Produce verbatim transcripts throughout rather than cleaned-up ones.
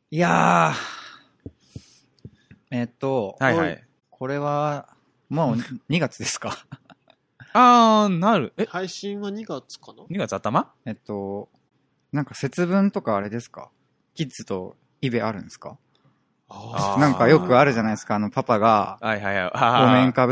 いやー、えっと、 はいはい。 これは、もうにがつですかあー、なる。え、 配信はにがつかな ? に 月頭えっと、なんか節分とかあれですか？キッズとイベあるんですか？ あなんかよくあるじゃないですか、あのパパが、 はいはいはい。 お面かぶって、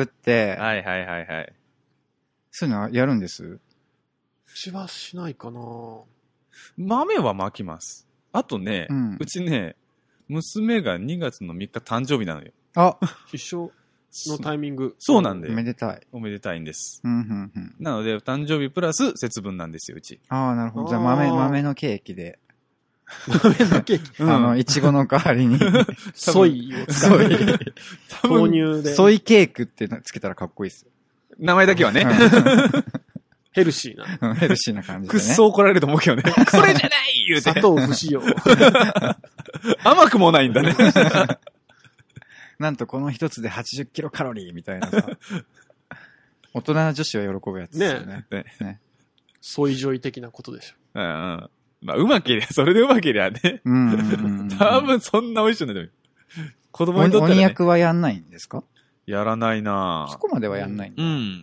はいはいはいはい。 そういうのやるんです？ うちはしないかな。 豆は巻きます。あとね、 ううんちね、娘がにがつのみっか誕生日なのよ。 あ、 一緒のタイミング。 そうなんで。 おめでたい。 おめでたいんです。 うんうんうん。 なので、誕生日プラス節分なんですよ、うち。 ああ、なるほど。じゃあ豆、豆のケーキで。 豆のケーキ。 あの、いちごの代わりに。 ソイを使う。豆乳で。 ソイケークってつけたらかっこいいっすよ。 名前だけはね。 ヘルシーな。 ヘルシーな感じで、ね。 くっそ怒られると思うけどね。それじゃない言うて。 砂糖不使用。 甘くもないんだね。 なんとこの一つではちじゅっキロカロリーみたいなさ。大人な女子は喜ぶやつですよね。 ね。 ね。 ソイジョイ的なことでしょ。 うんうん。まあ、うまけりゃ、それでうまけりゃね。 うんうんうん。 多分そんな美味しくない。子供にとっては、ね。 鬼役はやんないんですか？ やらないなぁ。 そこまではやんないんだ。 うん。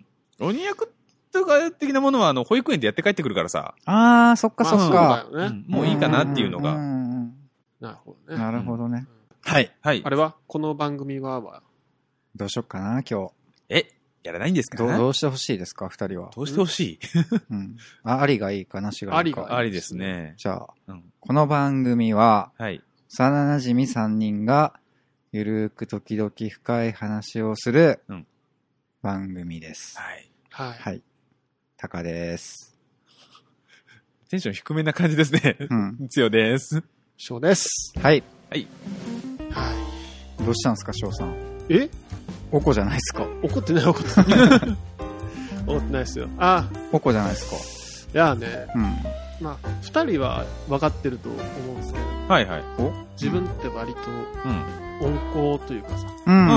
鬼役とか的なものは、あの、保育園でやって帰ってくるからさ。 あー、そっかそっか。 まあ、そうだよね、 うん。もういいかなっていうのが。 なるほどね。 なるほどね。 うん、 はい。 はい。 あれはこの番組ははどうしよっかな、今日。 えやらないんですか？ どう、どうしてほしいですか、二人は。 どうしてほしい？ うん。あ、ありがいいかなしがいいか。 ありがありですね。 じゃあ、 うん、 この番組は、 はい。 幼馴染さんにんが、ゆるーく時々深い話をする、番組です。 はい。 はい。 はい。タカです。 テンション低めな感じですね。 うん。 強です。 翔です。 はい。 はい。 はい。 どうしたんですか、翔さん。 えおこじゃないですか。 怒ってない怒ってない怒ってないですよ。あおこじゃないですか。いやね、 うん。 まあ二人は分かってると思うんですけど、 はいはい。 お自分って割とうん。 温厚というかさ、 うん。うん。 うん。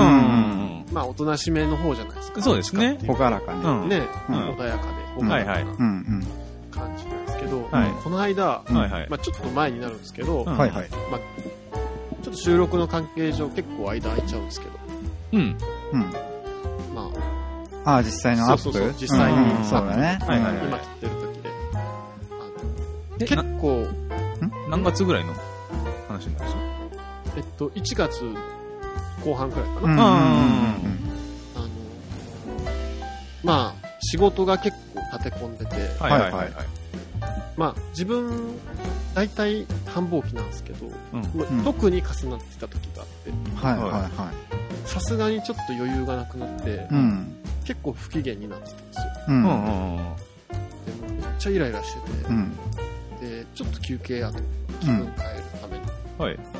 まあおとなしめの方じゃないですか。 そうですね。 ほがらかね。 うん。 ね、 うん穏やかでほがらかなはいうんうん。 感じなんですけど、 はいこの間、 はいはい。 まあちょっと前になるんですけど、 うんはいはい。 まあちょっと収録の関係上結構間空いちゃうんですけど、 うん。 うん。 まああ、実際のアップ？ そうそうそう実際にうんうんそうだね。 はいはいはいあ今撮ってる時で、 え結構何月ぐらいの話なんですか？ えっといちがつこう半くらいかな。 うん。うん。 ああのまあ仕事が結構立て込んでて、 はいはいはいはい。 まあ自分大体繁忙期なんですけど、 うん。 まあうん特に重なってた時があって、 はいはいはさすがにちょっと余裕がなくなって、 い。うん。 結構不機嫌になってたんですよ。 う。 うんんうんうん。 でもめっちゃイライラしてて、 うん。 でちょっと休憩やと気分変えるために、 はい。 で、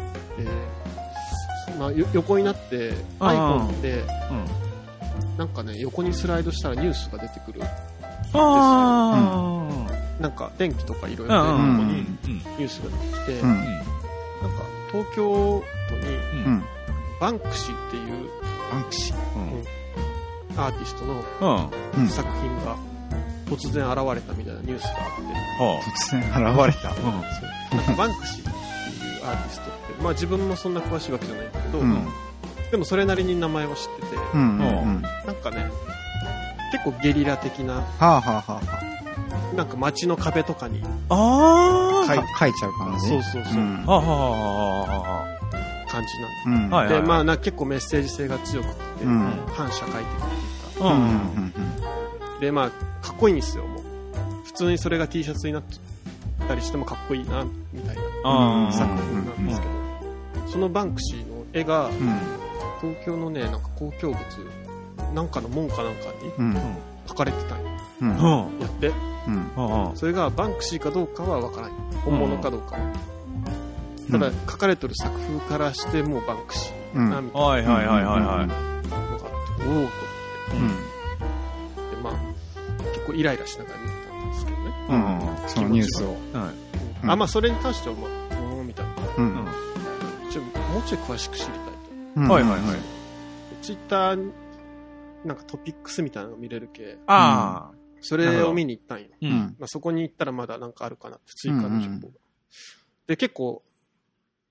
まあ、よ横になって iPhone でうん。 なんかね横にスライドしたらニュースが出てくる。 あなんか天気とかいろいろあ。 でうん。 横にうん。 ニュースが出てきて、 うん。 なんか東京都にうん。 うん。 バンクシーっていうバンクシー。 アーティストのうん。はうん。 作品が突然現れたみたいなニュースがあって、 突然現れた。 あ。 そうなんかバンクシーっていうアーティストって、まあ自分もそんな詳しいわけじゃないんだけど、 うん。 でもそれなりに名前は知ってて、 うん。うん。 なんかね、結構ゲリラ的な、 はあはあはあはなんか街の壁とかにああ。 書いあ。書いちゃう感じ。 そうそうそう、 うん。 はあはあはあ。 感じなうん。 はいの。で、まあな結構メッセージ性が強くて、 うん反社会的っていうか、 うん。 うん。 うん。 で、まあかっこいいんですよ、もう。普通にそれが T シャツになってたりしてもかっこいいな、みたいなあ作あ。 品なんですけど、そのバンクシーの絵が、 うん。 東京のね、なんか公共物、なんかの門かなんかにうん。 書かれてたんよ。 うん。 うん。 やって。 うん。 うん。 それがバンクシーかどうかはわからない。本物かどうかは。 うんただ、書かれてる作風からしてもうバンクシーだな、みたいはいはいはいはいはい。 なのがあって、おおーとうん。 思って、まあ、結構イライラしながら見てたんですけどね。 うん。そのニュースを。 はい。 うんあ、まあ、それに関しては、まあ、うーん、みたいな。 うん。 ちょもうちょい詳しく知りたいうんはいはいはい。 と。ツイッター、なんかトピックスみたいなのが見れる系、 ああ。 それを見に行ったんよ。 う。 うんん。 まあ、そこに行ったらまだなんかあるかなって、追加の情報が。で、結構、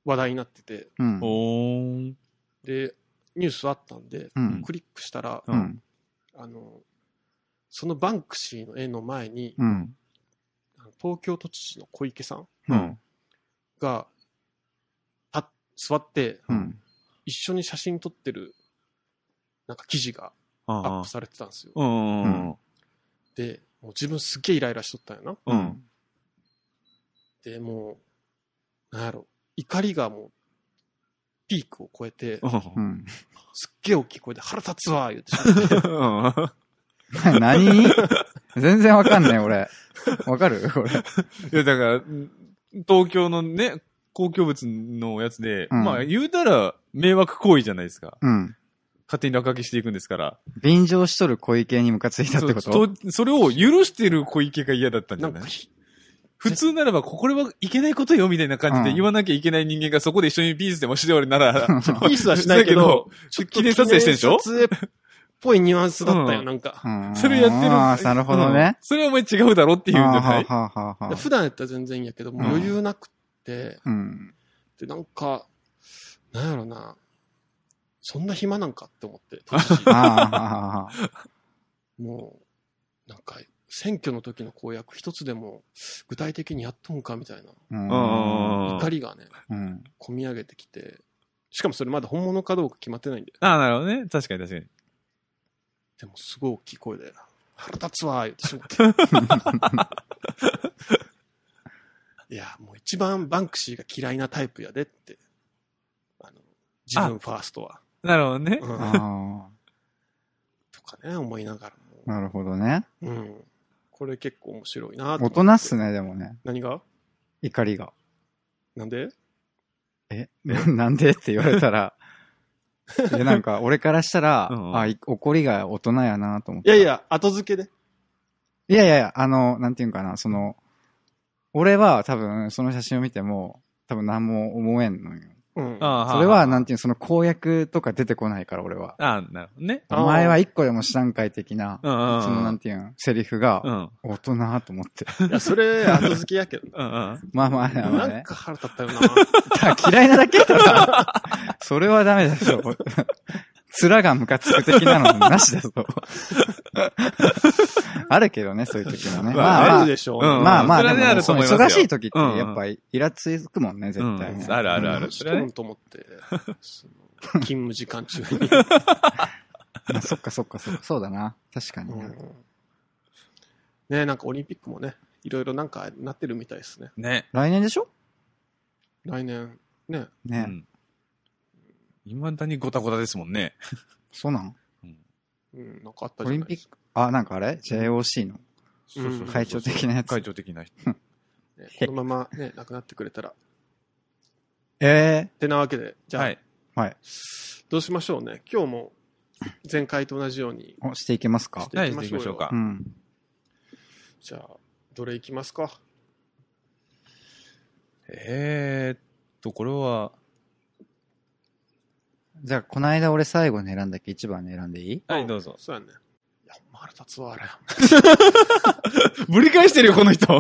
話題になってて、 うん。 おー。 で、ニュースあったんで、 うん。 クリックしたら、 うん。 あの、そのバンクシーの絵の前に、 うん。 東京都知事の小池さんうん。 が、た座って、 うん。 一緒に写真撮ってる、なんか記事がアアップされてたんですよ。 うんうんで、もう自分すっげえイライラしとったんやな。 うん。うん。 で、もう、なんやろ、怒りがもう、ピークを超えて、 うん。 すっげえ大きい声で腹立つわ言ってしまって。 何全然わかんない、俺。わかるこれ。 いや、だから、東京のね、公共物のやつで、 うんまあ言うたら迷惑行為じゃないですか。 うん。 勝手に落書きしていくんですから。 便乗しとる小池にムカついたってことそうとそれを許してる小池が嫌だったんじゃないなんか、 普通ならば、これはいけないことよみたいな感じで言わなきゃいけない人間がそこで一緒にピースでもしておるなら、 ピースはしないけど、 ちょっと記念撮影してんでしょ記念撮影っぽいニュアンスだったよ、 うんなんか。 うんそれやってる。 ああ、なるほどねうん。それはお前違うだろって言うんじゃないはあはあはあはあ普段やったら全然いいんやけど、もう余裕なくって、 うん。 で、なんか、なんやろな、そんな暇なんかって思って、当時ああ、はあ、 もう、なんか、選挙の時の公約一つでも具体的にやっとんかみたいな、 うん。 怒りがね、 うん。 込み上げてきて、しかもそれまだ本物かどうか決まってないんで、 ああ、なるほどね。確かに確かに。 でもすごい大きい声で、腹立つわー言ってしまって。いや、もう一番バンクシーが嫌いなタイプやでって、あの、自分ファーストは。 なるほどね。 うんあとかね、思いながらあ、なるほどね。 も。うん。これ結構面白いなと思大って。 人っすね、でもね。 何が怒りが。 なんでえなんでって言われたら。で、なんか、俺からしたら、 うんうんあ、い怒りが大人やなと思って。 いやいや、後付けで。 いやいやいや、あの、なんていうんかな、その、俺は多分、その写真を見ても、多分何も思えんのよ。 うん。 ああそれは、なんてていうの、その公約とか出てこないから、俺は。 ああ、なるほどね。 あーお前は一個でも知らんかい的な、 うんうんうんその、なんていうの、セリフがう、ん。 大人と思って。 いや、それ後付けやけどうんうん。 まあまあね、まあね。 なんか腹立ったよな。 た嫌いなだけだから。それはダメだぞ。面がムカつく的なのなしだぞ。あるけどね、そういう時もね。 ままあまああるで、しょう。 うんまあまあ、でそれはねあもそのると思いますよ忙しい時ってうんうんやっぱりイラつくもんね、絶対ね。 うんあるあるあるしとんと思って、その勤務時間中に。 まあそっかそっかそっか、そうだな。確かにね。 うんねなんかオリンピックもね、いろいろなんかなってるみたいですね。 ね。 来年でしょ来年、ね。 うね。 ん。未だにゴタゴタですもんね。 そうなんうん、なんかあったオじゃないですか。 リンピック、あ、なんかあれ ?ジェイオーシー のそうそうそう会長的なやつ。 会長的な人。 ねこのままね、亡くなってくれたら。っえてなわけで、じゃあ、 はい。 えー。はい。 どうしましょうね。今日も前回と同じようにおしていきますかし。てはいい、 きましょうよ。 していきましょうかう。ん。 じゃあ、どれいきますか。 えーっと、これは、 じゃあ、この間俺最後に選んだっけ一番に選んでいいはい、どうぞ。 そうやね。いや、ほんま腹立つわ、あれ。 ぶり返してるよ、この人。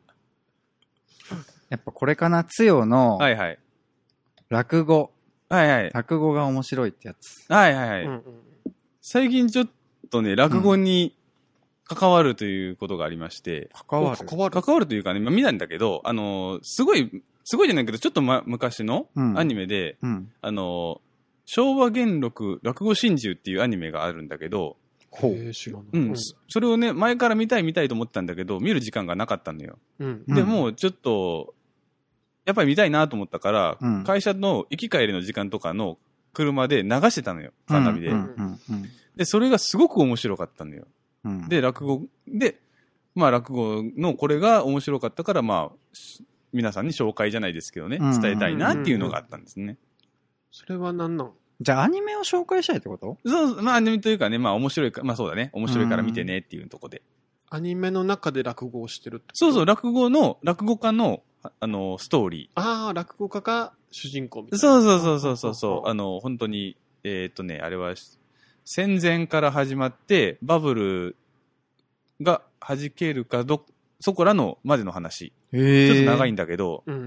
やっぱこれかな、つよのはいはい。 落語。 はいはい。 落語が面白いってやつ。 はいはいはい。 うんうん最近ちょっとね、落語に関わるということがありまして、 関わる。 関わる。 関わるというかね、まあ見ないんだけど、あのー、すごい、すごいじゃないけど、ちょっと、ま、昔のうんアニメで、 うん。 あのー、昭和元禄落語真珠っていうアニメがあるんだけど、 ほう。 えー、知らない。 うん、そそれをね、前から見たい見たいと思ってたんだけど、見る時間がなかったのよ。 うん。 うんで、もうちょっと、やっぱり見たいなと思ったから、 うん会社の行き帰りの時間とかの車で流してたのよ、カーナビで。 うんうんうんで、それがすごく面白かったのよ。 うん。 で、落語、で、まあ落語のこれが面白かったから、まあ、し皆さんに紹介じゃないですけどね、 うん伝えたいなっていうのがあったんですね。 それは何なんじゃあアニメを紹介したいってことそう、まあアニメというかね、まあ面白いか、まあそうだね、面白いから見てねっていうところで。 アニメの中で落語をしてるってことそうそう、落語の、落語家の、ああの、ストーリああ、落語家が主人公みー。 たいな。 そうそうそうそうそうそう、 ああの、本当に、えーっとね、あれは、戦前から始まって、バブルが弾けるかど、そこらのまでの話。 へちょっと長いんだ。 だけど、 うんうん。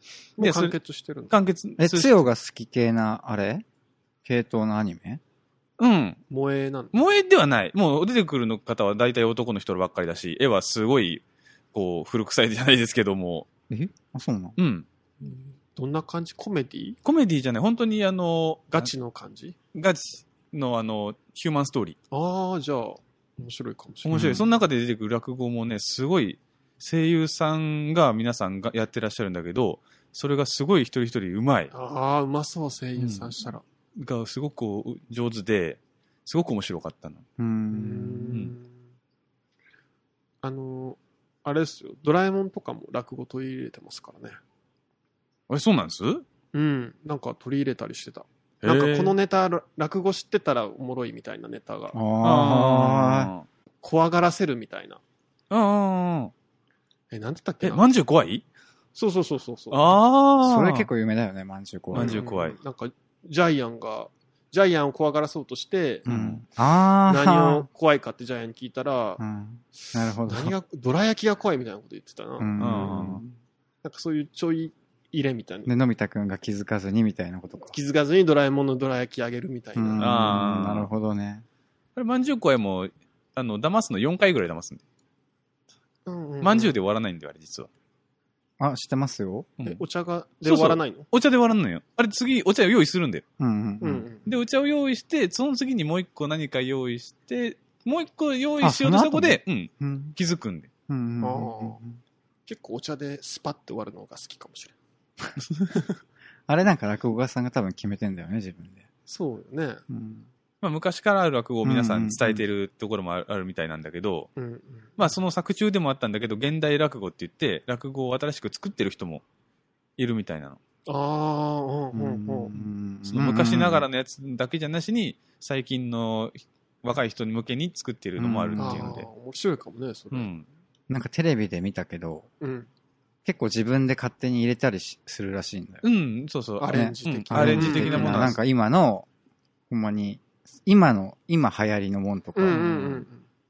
もう完結してるんだ。 完結。 え、つよが好き系な、あれ系統のアニメうん。 萌えなんだ。 萌えではない。もう出てくるの方は大体男の人ばっかりだし、絵はすごい、こう、古臭いじゃないですけども。 えあ、そうなのうん。 どんな感じ？コメディ？ コメディじゃない。本当にあの、 ガチの感じ？ ガチのあの、ヒューマンストーリー。 ああ、じゃあ、面白いかもしれない。 面白い。 うんその中で出てくる落語もね、すごい、声優さんが皆さんがやってらっしゃるんだけど、それがすごい一人一人うまい。 ああ、うまそう、声優さんしたら。 がすごくこう上手で、すごく面白かったの。 うー。 うんん。あの、あれですよ。ドラえもんとかも落語取り入れてますからね。 あれ、そうなんですうん。なんか取り入れたりしてた。 へーなんかこのネタ、落語知ってたらおもろいみたいなネタが、 ああ。 怖がらせるみたいな。 ああ。 え、なんて言ったっけえ、 な。 まんじゅう怖いそうそうそうそうそう。 ああ。 それ結構有名だよね、まんじゅう怖い。 まんじゅう怖いうんなんか、ジャイアンが、ジャイアンを怖がらそうとして、 うん。ああ。 何を怖いかってジャイアンに聞いたらう、ん。なるほど。 何が、どら焼きが怖いみたいなこと言ってたな。 うなんん。 かそういうちょい入れみたいな。 で、のび太くんが気づかずにみたいなことか。 気づかずにドラえもんのどら焼きあげるみたいうん。 な。 あーなるほどね。 あれ、まんじゅう怖いも、あの、騙すのよんかいぐらい騙すんで。まんじゅうで終わらないんだよ、あれ、実は。 あ、知ってますよ。 うんえ、お茶が、で終わらないの？ お茶で終わらんのよ。あれ、次、お茶を用意するんだよ。 うんうんううんん。 うん。 で、お茶を用意して、その次にもう一個何か用意して、もう一個用意しようとしたとこで、うん、 うん気づくんで。 うんうんうんあうんー結構お茶でスパッて終わるのが好きかもしれない。 あれなんか落語家さんが多分決めてんだよね、自分で。 そうよね。 うん。 まあ、昔からある落語を皆さん伝えてるところもあるあるみたいなんだけど、 うんうん。 まあ、その作中でもあったんだけど、現代落語って言って、落語を新しく作ってる人もいるみたいなの。 ああ、うんうんうん。 その昔ながらのやつだけじゃなしに、最近の若い人に向けに作ってるのもあるっていうのであー。面白いかもね、それ。 うん。 なんかテレビで見たけど、 うん。 結構自分で勝手に入れたりしするらしいんだよ。 うん、そうそう。 アレンジ的なうんアレンジ的なものはなんか今の、ほんまに、今の、今流行りのもんとか、 うんうんうん。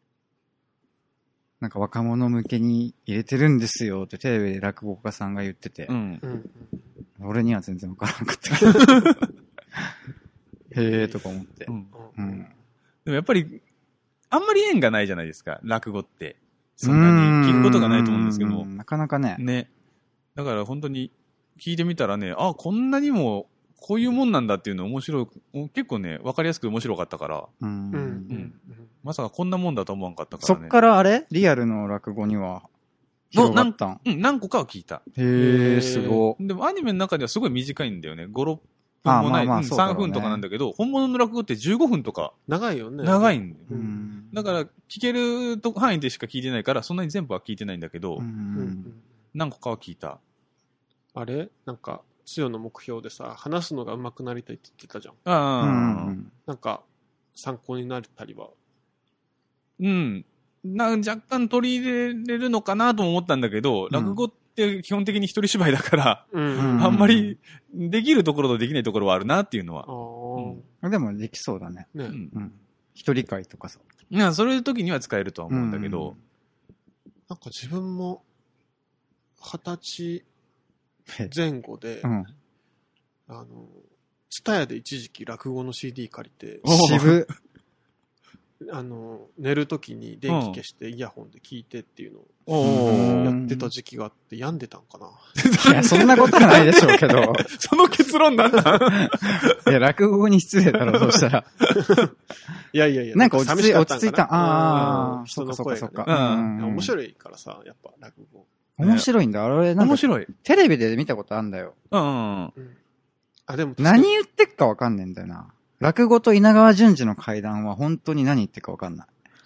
なんか若者向けに入れてるんですよってテレビで落語家さんが言ってて、 うん。 うんうん俺には全然わからなかったけど。へーとか思ってう。んうん。 でもやっぱり、あんまり縁がないじゃないですか、落語って。そんなに聞くことがないと思うんですけども。 なかなかね。 ね。だから本当に聞いてみたらね、あ、こんなにもこういうもんなんだっていうの面白い、結構ね、わかりやすく面白かったから、 うんうんうんうん。 まさかこんなもんだと思わんかったからね。 そっからあれリアルの落語には広がったんうん、何個かは聞いた。 へー、すご。 でもアニメの中ではすごい短いんだよね。ご、ろっぷんもない。 あまあまあうんそうだろうねさんぷんとかなんだけど、本物の落語ってじゅうごふんとか長いよね。 長いんだよ。 うんだから聞けると範囲でしか聞いてないから、そんなに全部は聞いてないんだけど、 ううんうんん。 何個かは聞いた。 あれなんか、つよの目標でさ、話すのが上手くなりたいって言ってたじゃん。 ああ、 ううん。 んなんか、参考になったりは。 うん。な若干取り入れれるのかなとも思ったんだけど、 ん落語って基本的に一人芝居だから、 うんうんあんまりできるところとできないところはあるなっていうのは。 ああ、 でもできそうだね。 ね、 うん。 うん。一人会とかさ。 いや、そういう時には使えるとは思うんだけど、 なんか自分も、二十歳へ前後で、 うん。 あの、ツタヤで一時期落語の シーディー 借りて、 渋。 あの、寝るときに電気消してイヤホンで聞いてっていうのをおうんーやってた時期があって病んでたんかな。 いや、そんなことはないでしょうけど。 その結論なんだいや、落語に失礼だろ、そうしたら。 いやいやいや、 なんか落ち着い寂しかったんかな落ち着いた。ああ、 うん人そっかそっの声がねかそっか。 うんいや面い。 白いからさ、やっぱ落語。 面白いんだ。あれ、なんか、 面白い。 テレビで見たことあるんだよ。 うんうん。 うんあ、でも、 何言ってっかわかんねえんだよな。落語と稲川淳二の会談は本当に何言ってるかわかんない。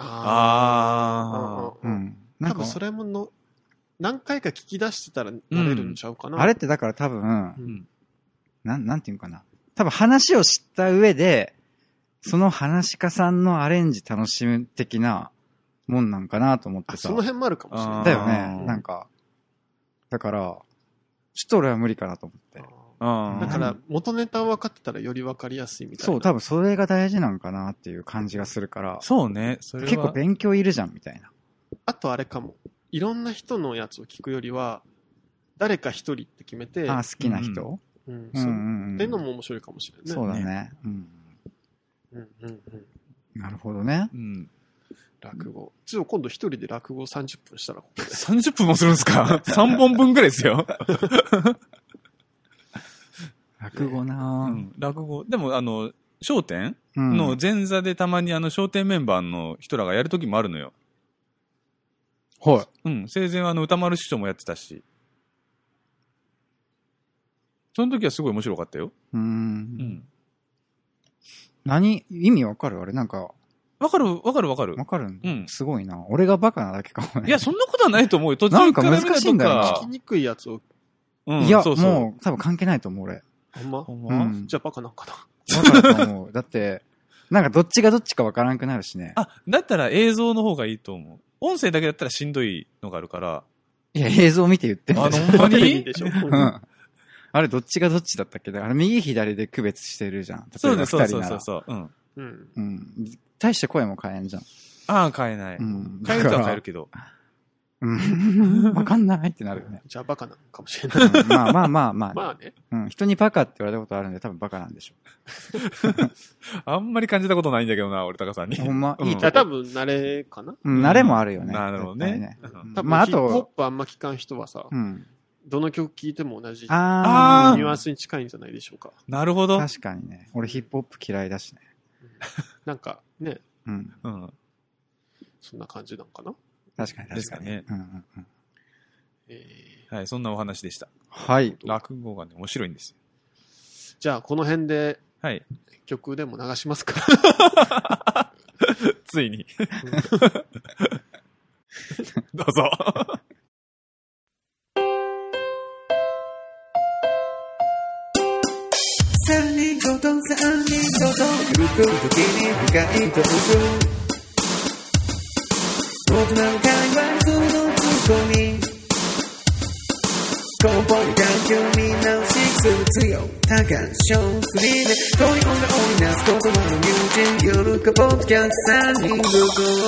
ああ。 う。ん。なんか多分、それもの、何回か聞き出してたらなれるんちゃうかな。 あれってだから多分、 ううんん。 なん、なんていうのかな。多分話を知った上で、その話し家さんのアレンジ楽しむ的なもんなんかなと思ってさ。 あその辺もあるかもしれない。 だよあね。 ーなんか。だから、ちょっと俺は無理かなと思って。 あだから、元ネタ分かってたらより分かりやすいみたいな。 そう、多分それが大事なんかなっていう感じがするから、 そうね。それは結構勉強いるじゃんみたいな。 あとあれかも。いろんな人のやつを聞くよりは、 誰か一人って決めて、 あ、好きな人、 うん、 うんそうう。 んうん、 っていうのも面白いかもしれないね。 そうだね。うん。 うんうんうん。 なるほどね。 うん。 落語。ちょっと今度一人で落語さんじゅっぷんしたらここで。 さんじゅっぷんもするんですか ?さん 本分ぐらいですよ。 落語なぁ、 うん。落語。でも、あの、笑点うんの前座でたまにあの、笑点メンバーの人らがやるときもあるのよ。 はい。 うん。生前はあの、歌丸師匠もやってたし。その時はすごい面白かったよ。 うーん。 うん。 何意味わかるあれなんか、 わかるわかるわかるわ。かるん、 うんすごいな。俺がバカなだけかもね。 いや、そんなことはないと思うよ。途中からなんか難しいんだよな聞きにくいやつを、 うん、 いや、 そうそうもう多分関係ないと思う俺。 ほんまほんまうんじゃあバカなんかな。 バカだと思う。だって、なんかどっちがどっちかわからんくなるしね。 あ、だったら映像の方がいいと思う。音声だけだったらしんどいのがあるから。 いや、映像見て言ってんあの、 だよ。 ほんまテレビにでしょ。 うんあれどっちがどっちだったっけ？あれ右左で区別してるじゃん。例えばそうです、そうそう二人なら。 そうそう。うん。 うん。 うん。大して声も変えんじゃん。 ああ、変えない。 うん。 変えるとは変えるけど。 うん。わかんないってなるよね。 じゃあバカなのかもしれない。 うんまあまあまあまあ、 まあね。 うん。人にバカって言われたことあるんで多分バカなんでしょあんまり感じたことないんだけどな、俺高さんに。 う。ほんま、 うんいいとこ。 じゃあ多分慣れかな。 うん、慣れもあるよね。 なるほどね絶対うん多分まああヒップホッと、 プあんま聞かん人はさ、 うん。 どの曲聴いても同じあニュアンスに近いんじゃないでしょうか。 なるほど。 確かにね。俺ヒップホップ嫌いだしね。 なんかね、 うん。 うん。 そんな感じなんかな。 確かに確かに。 ですかねうんうんうん。 えはい、そんなお話でした。 はい。 落語がね、面白いんですよ。 ーじゃあこの辺ではい。 曲でも流しますか。 ついに。どうぞ。 三人ごと三人ごとゆく時に深いトーク大人の会話そのツッコミ根本に環境見直しする強多感症フリーで問い音が織りなす言葉の友人夜かポッドキャスト三人ごと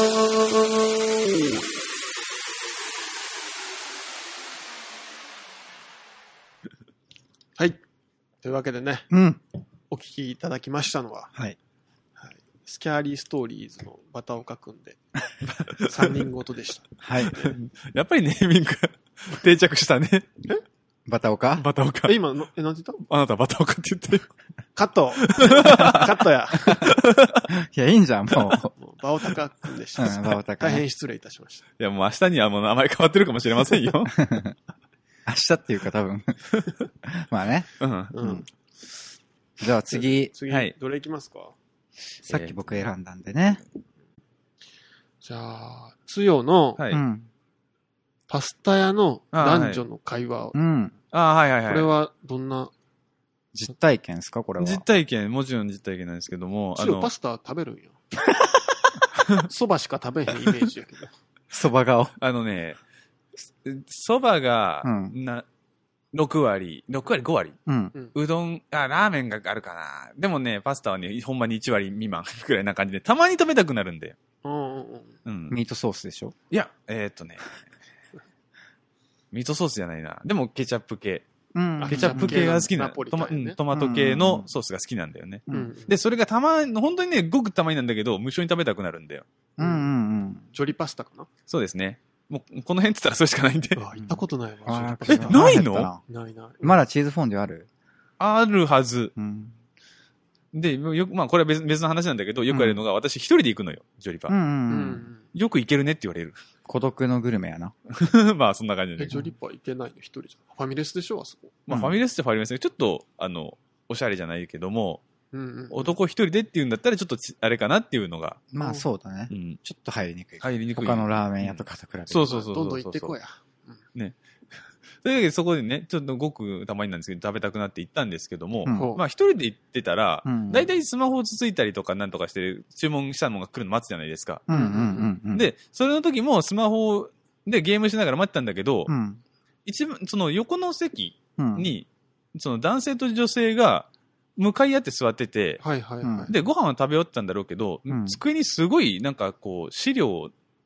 はい。というわけでね、 うん。 お聞きいただきましたのは、 はい。 はい、スキャーリーストーリーズのバタオカくんで、三人ごとでした。 はい。 やっぱりネーミング定着したね。 バタオカバタオカえ、。今の、え、なんて言ったあなたバタオカって言ってる。 カットカットや。 いや、いいんじゃん、もう。 もうバオタカくんでした。 うんバオタカね大変失礼いたしました。 いや、もう明日にはもう名前変わってるかもしれませんよ。 明日っていうか多分。まあね。 うん。 うん。 うんじゃあ次、 次、 はいどれ行きますか？ さっき僕選んだんでね。 じゃあ、つよのはい。 うん。 パスタ屋のあ男女の会話を。 うん。 ああ、はいはいはい。 これはどんな、 実体験ですかこれは。 実体験、もちろん実体験なんですけども、 つよパスタ食べるんよ。そばしか食べへんイメージやけど。 そば顔。 あのね、そばが、 うんな、ろく割、ろく割ご割。 うん。 うどん、あ、ラーメンがあるかな。でもね、パスタはね、ほんまにいち割未満くらいな感じで、たまに食べたくなるんで。 うんうんうん。 うん。 ミートソースでしょいや、えーっとね、ミートソースじゃないな。でもケチャップ系。 うんケチャップ系が好きなナポリトマ、 タンやねうんトマト系のソースが好きなんだよね。 ううんん。 で、それがたまに、本当にね、ごくたまになんだけど、無性に食べたくなるんだよ。 うんうんうん。 ジョリパスタかな？ そうですね。もう、この辺って言ったらそれしかないんでう。わ、行ったことないわ。 あージョリパスタえないのないない。 まだチーズフォンデュあるあるはず。 うん。 で、よく、まあこれは別別の話なんだけど、よくやるのが、私一人で行くのよ、ジョリパ。 うんうんううん。 ん。 よく行けるねって言われる。 孤独のグルメやな。 まあそんな感じえ、 で。 ジョリパ行けないの一人じゃん。ファミレスでしょあそこ。 まあファミレスってファミレスで、ちょっと、あの、おしゃれじゃないけども、 うんうん。 男一人でっていうんだったらちょっとちあれかなっていうのが、 まあそうだねう。ん。 ちょっと入りにくい。 入りにくい。 他のラーメン屋とかと比べて。 そうそうそうそう。 どんどん行ってこうや。 というわけでそこでね、ちょっとごくたまになんですけど、食べたくなって行ったんですけども、 うんほうまあ一人で行ってたらうん、 だいたいスマホをつついたりとかなんとかして注文したのが来るの待つじゃないですか。 うんうんうんうん。、 で、それの時もスマホでゲームしながら待ってたんだけど、 うん。 一番、その横の席うん。 に、その男性と女性が向かい合って座ってて、 はいはいはい。 で、ご飯は食べ終わったんだろうけど、 うん机にすごいなんかこう資料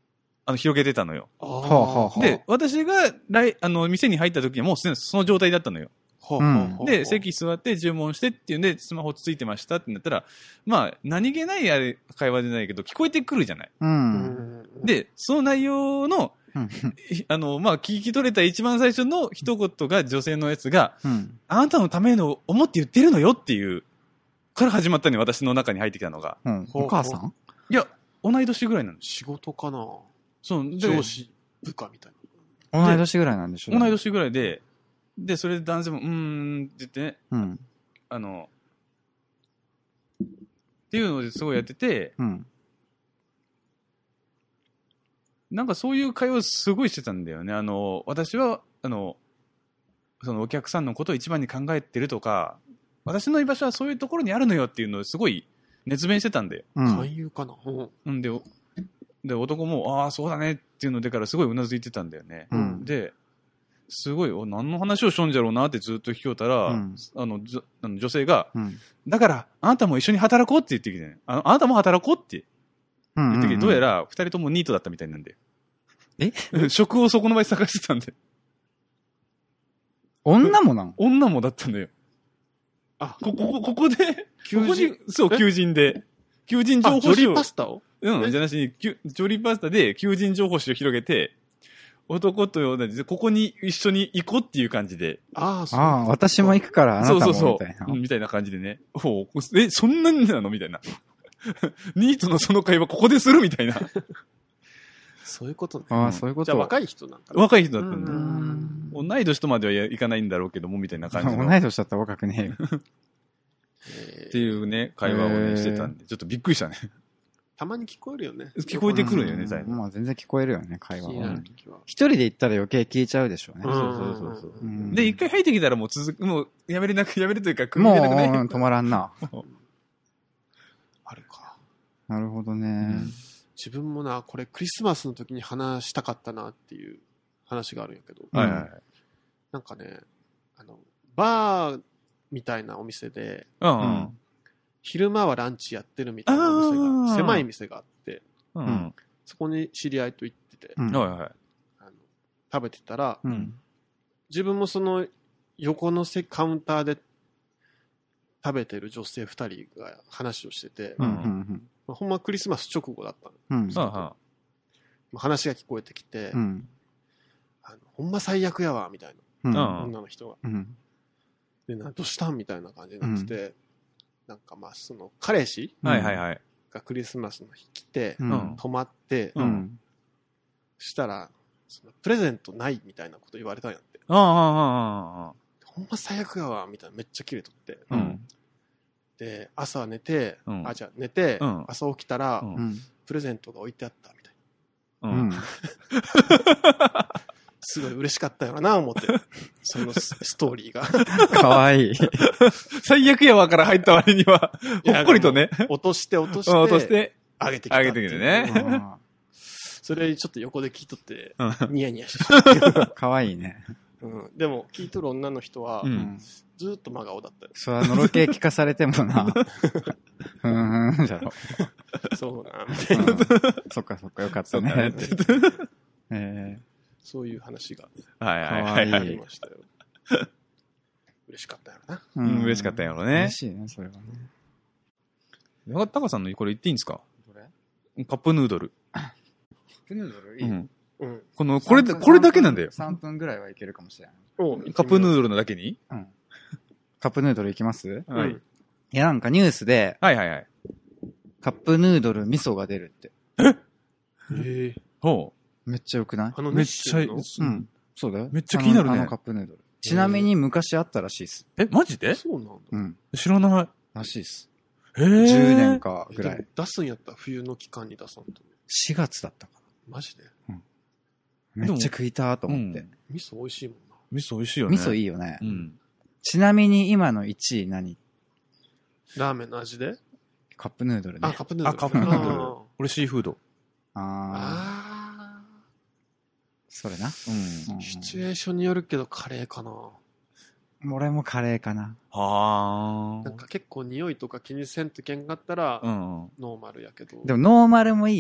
あの、広げてたのよ。 あはあはあはあで、私が来、あの、店に入った時にはもうすでにその状態だったのよ。 はうんははで、席座って注文してっていうんで、スマホついてましたってなったら、まあ、何気ないあれ、会話じゃないけど、聞こえてくるじゃない。 う。 うんん。 で、その内容の、 うん。 いあの、まあ、聞き取れた一番最初の一言が女性のやつが、 うん。 あなたのための思って言ってるのよっていう、から始まったのよ、私の中に入ってきたのが。 うん。 ほうお母さんいや、同い年ぐらいなんです。 仕事かなそう、で上司、部下みたいな。 同い年ぐらいなんでしょ同い年ぐらいで、で、それで男性も、うーんって言ってね、 うん。 あの、っていうのですごいやってて、 うん。 なんかそういう会話をすごいしてたんだよね。あの、私は、あの、そのお客さんのことを一番に考えてるとか、私の居場所はそういうところにあるのよっていうのをすごい熱弁してたんだよ。 うん。 勧誘かなうん。 うんで、おで、男も、ああ、そうだねっていうのでからすごいうなずいてたんだよね。 うんで、すごい、お何の話をしょんじゃろうなってずっと聞きよったら、 うんあの、じょあの女性が、 うん。 だから、あなたも一緒に働こうって言ってきてね。あのあなたも働こうってうん。 言ってきて、どうやら二人ともニートだったみたいなんで。 え職をそこの場で探してたんで。 女もなん女もだったんだよ。 あ、 ここ、こここで、 求人ここにそう、 え求人で。求人情あ、 報ジョリ誌を。 ーパスタをうん、 えじゃなしに、きゅジョリーパスタで求人情報誌を広げて、男と同じで、ここに一緒に行こうっていう感じで。 ああ、そう。 ああ、私も行くからあなたもそうそうそみたいなう。うんみたいな感じでね。ほう、え、そんなになのみたいな。ニートのその会話ここでするみたいな。 そういうことね。 ああ、そういうこと。 じゃあ若い人なんかな。 若い人だったんだうよ。 ん。 同い年とまではいかないんだろうけども、みたいな感じの。 同い年だったら若くねえよ。 えーっていうね、会話をへーね、してたんで、ちょっとびっくりしたね。 たまに聞こえるよね。 聞こえてくるよね、 うん最後。 まあ全然聞こえるよね、会話気になは。 るときは。 一人で行ったら余計聞いちゃうでしょうね。 うんそうそうそうそううんで、一回入ってきたらもう続く、もうやめれなく、やめるというか、区切もう、 れなくね。 うん止まらんな。 あるか。 なるほどね。 自分もな、これクリスマスの時に話したかったなっていう話があるんやけど、 はいはい。 なんかね、あの、バーみたいなお店で、 うんうん。 昼間はランチやってるみたいなお店あーが、狭い店があって、 うん。 うんうんそこに知り合いと行ってて、 うん。 はいはい。 あの食べてたら、 うん。 自分もその横のせカウンターで食べてる女性ふたりが話をしてて、 うん。うん。 まあ、ほんまクリスマス直後だったの。 うん。 はあはまあ話が聞こえてきて、 うん。 あのほんま最悪やわ、みたいな、 うん。 うん女の人が。 うん。 で、などうしたんみたいな感じになってて、なんかまあ、その彼氏あはいはいはい。 がクリスマスの日来て、 うん。 うん泊まって、 う。 うんしたら、そのプレゼントないみたいなこと言われたんやって。 ああ、ああ、あほんま最悪やわ、みたいなめっちゃキレとって。 あ。うん。 で、朝寝て、 うんあ、じゃあ寝て、 うん朝起きたら、 うんうん。 プレゼントが置いてあったみたいな。 ううんん。 すごい嬉しかったよな、思って。そのスストーリーが。 かわいい。 最悪やわから入った割には、ほっこりとね、 落として落として、 落として、 あげてきたっていう。 あげてきてね。 それちょっと横で聞いとって、 うんニヤニヤしてしまった。 かわいいね。 うん、でも、聞いとる女の人は、 ううんん。 ずーっと真顔だったよ。 それはのろけ聞かされてもな。ふんふんじゃろ。 そうな、みたいな。 うんそっかそっかよかったねって。えそういう話がはいはいはいかわいあはい。 りましたよ。嬉しかったよな。 ーうん嬉しかったんやろね嬉しいね、それはね。 タカさんのこれ言っていいんですかどれカップヌードル。 カップヌードルいい。 うん。 うん。 この、これで、これだけなんだよ。 さんぷんぐらいはいけるかもしれない。 おカップヌール。 ドルのだけにうん。カップヌードルいきますうんはい。 いや、なんかニュースで、 はいはいはい。 カップヌードル味噌が出るって。 へえ。 ほめっちゃ良くないあの、 う。めっちゃ、 日清のうん。そうだよ。 めっちゃ気になるねあのあのカップヌードル。ちなみに昔あったらしいです。 え、マジでそうなんだ。 うん。 知らない。 らしいです。 へえ。 じゅうねんかぐらでもい。 出すんやったら冬の期間に出さんと。 しがつだったかマジでな。めっちゃ食いたーと思って。 味噌美味しいもんな。 味噌美味しいよね。 味噌い。 いいよね。 うん。 ちなみに今のいちい何ラーメンの味でカップヌードルね。 あ、カップヌードル。 あ、カップヌードルあ。 俺シーフード。 あー。 あそれな。 うん。 ー。シチュエーションによるけどカレーかな。 俺もカレーかな。 はあ。 なんか結構匂いとか気にせんとけんかったら、 うんうん。 ノーマルやけど。 でもノーマルもいいよね。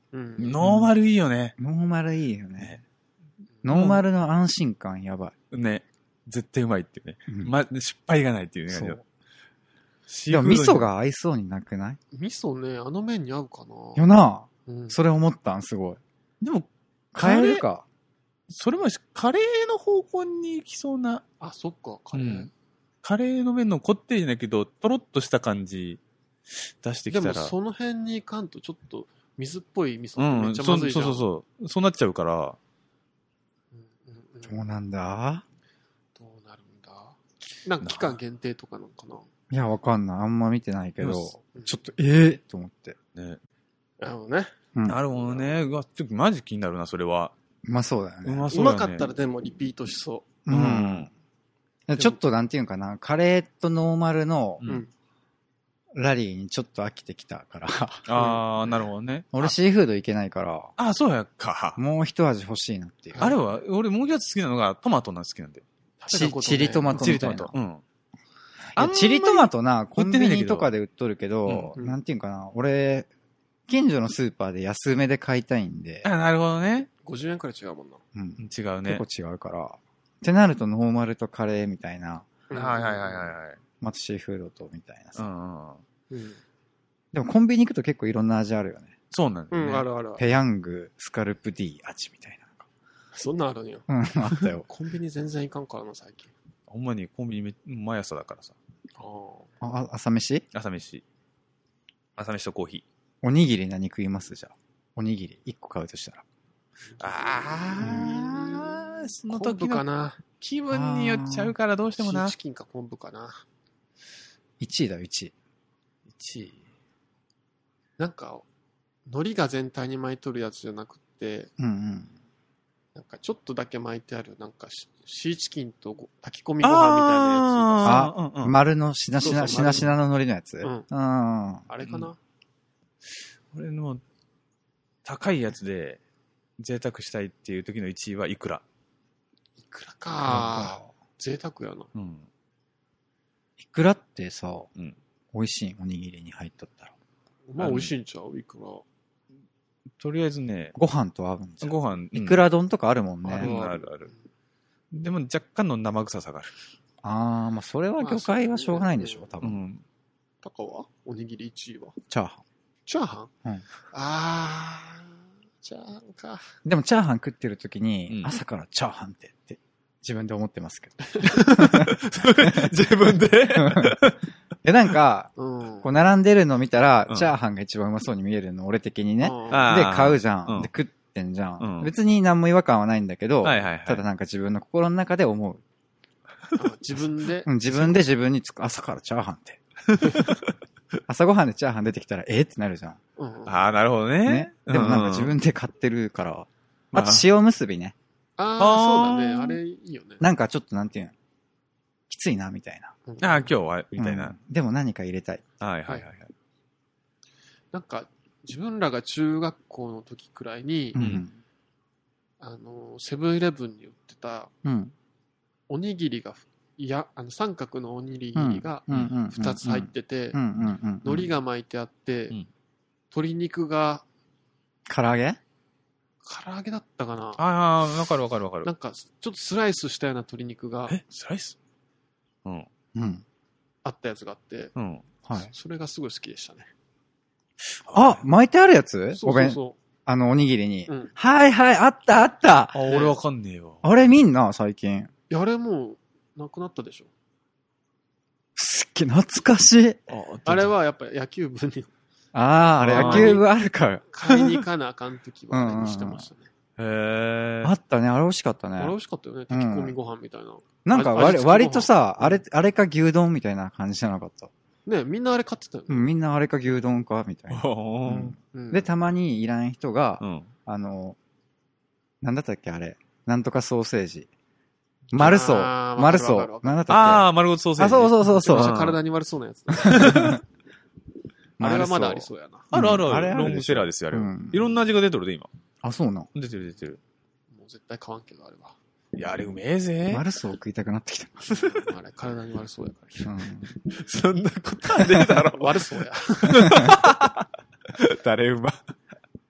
うん。 ノーマルいいよね。 ノーマルいいよね。 ねノーマルの安心感やばい。 ね。絶対うまいっていうね。 うんま、失敗がないっていうね。 そうシでも味噌が。 が合いそうになくない味噌ね、あの麺に合うかな。 よなうん。 それ思ったん、すごい。 でも、 変えるか。 それもカレーの方向に行きそうな、 あ、そっか、カレー。 うんカレーの麺のこってりじゃないけど、とろっとした感じ出してきたら。 でもその辺にいかんとちょっと水っぽい味噌うん、 ってめっちゃそうまずいじゃん。 そうそうそう。そうなっちゃうから。 うんうんうんどうなんだどうなるんだ。なんか期間限定とかなんかな。 いや、わかんない。あんま見てないけど、 うんちょっと、ええー、と思って。 ね。 なるほどね。 うん。 なるほどね。うわ、ちょっとマジ気になるな、それは。 うまそうだようね。 うまそうだね。 まかったらでもリピートしそううん。 うんちょっとなんていうんかな、カレーとノーマルのう。 うんうん。 ラリーにちょっと飽きてきたから。 あー、なるほどね。 俺シーフードいけないから、 あ、そうやか。 もう一味欲しいなっていう。 あれは、俺もう一つ好きなのがトマトが好きなんで。 チチリトマトチみたいな。 リトマト。うん。 いやチリトマトな、コンビ売ってないんだけどニとかで売っとるけど、 うんなんていうんかな、俺、近所のスーパーで安めで買いたいんで、 あ、なるほどね。 ごじゅうえんくらい違うもんな。 うん、 違うね。 結構違うから。ってなるとノーマルとカレーみたいな、 はいはいはいはいはい。 またシーフードとみたいなさ。 うんうん。 うん。 でもコンビニ行くと結構いろんな味あるよね。 そうなんだうん、 よね。 あるあるある。 ペヤング、スカルプ D 味みたいそんなんあるんよ。 な。うん、あったよ。 コンビニ全然行かんからな、最近。 ほんまにコンビニめ毎朝だからさ。 ああ。 あ、朝飯朝飯。朝飯とコーヒおにぎり何食いますじゃあ。おにぎりいっこ買うとしたら。 ー。あー、その昆時の布かな。 気分によっちゃうからどうしてもな。 シーチキンか昆布かな。 いちいだよ、いちい。 いちい。 なんか、海苔が全体に巻いとるやつじゃなくて、 うんうん。 なんかちょっとだけ巻いてある、なんかシシーチキンとご炊き込みご飯みたいなあー、うんうん。 丸のしなしな、 そうそうしなしなの海苔のやつうんうん。 やつ。あれかな、 俺の高いやつで贅沢したいっていう時のいちいはいくら。 いくらか。贅沢やな。 うん。 いくらってさ、 うん美味しいおにぎりに入っとったら。 まあ美味しいんちゃういくら。 とりあえずね、 ご飯と合うんじゃん。 ご飯、 いくら丼とかあるもんね。 あるあるある。でも若干の生臭さがある。 あー、まあそれは魚介はしょうがないんでしょ、多分。 うん。 タカはおにぎりいちいはチャーハン。 チャーハンうんあー、チャーハンか。 でもチャーハン食ってる時に、 うん朝からチャーハンってって自分で思ってますけど。 自分でえ、なんか、 うん。 こう並んでるの見たら、 うんチャーハンが一番うまそうに見えるの、俺的にね。 あで、 あー買うじゃん。 うんで、食ってんじゃん。 うん別に何も違和感はないんだけど、 はいはいはい。 ただなんか自分の心の中で思う。 ー自分でうん、自分で自分につく、朝からチャーハンって。朝ごはんでチャーハン出てきたら、えってなるじゃん。 うん。あああ、なるほどね。 ね。でもなんか自分で買ってるから。あと塩結びね。 あー、そうだね。あれいいよね。 なんかちょっとなんていうの、きついな、みたいな。 うんああ、今日は、みたいな。 うんでも何か入れたい。 はいはいはいはい。 なんか、自分らが中学校の時くらいに、 うん。 あの、セブンイレブンに売ってた、 うん。 おにぎりが、いや、あの、三角のおにぎりがうんうんうん二つ入っててう、んうんうん。 海苔が巻いてあって、 うん鶏肉が、 唐揚げ唐揚げだったかなああ、わかるわかるわかるな。んか、ちょっとスライスしたような鶏肉がえ、スライスうん。 うん。 あったやつがあって、 うん。 はい。 それがすごい好きでしたね。 あ、巻いてあるやつそうお弁、 そうそあの、おにぎりにう。。うん。 はいはい、あったあった。 あ、俺わかんねえよ。 あれみんな、最近。 いや、あれもう、なくなったでしょ。 すっげえ、懐かしい。 ああれ、はやっぱ野球部にああ、あれあー野球部あるから。 買いに行かなあかんときはあれにしてましたね。 へえ。 あったね、あれ美味しかったあれ美ね。 味しかったよね。炊き込みご飯みたいな。 なんか割味付けご飯割とさ、あれ、あれか牛丼みたいな感じじゃなかった。 ねみんなあれ買ってたよね。 うん、みんなあれか牛丼かみたいな。 おーうんうんで、たまにいらん人が、 うん。 あの、なんだったっけあれ。なんとかソーセージ。マルソー。 あーわかるマルソー。 わかるわかなんだったっああ、丸ごとソーセージ。 あそうそうそうそうめっちゃん体に悪そうなやつ。 けあれはまだありそうやな。 あるあるうんあれある。ロングあるでしょセラーですよ、あれはうん。 いろんな味が出とるで、今。 あ、そうなん。 出てる出てる。 もう絶対買わんけど、あれは。 いや、あれうめえぜ。 マルソー食いたくなってきた。 あれ、体に悪そうやから。 うん。 そんなことはねえだろ。 悪そうや。 誰うま。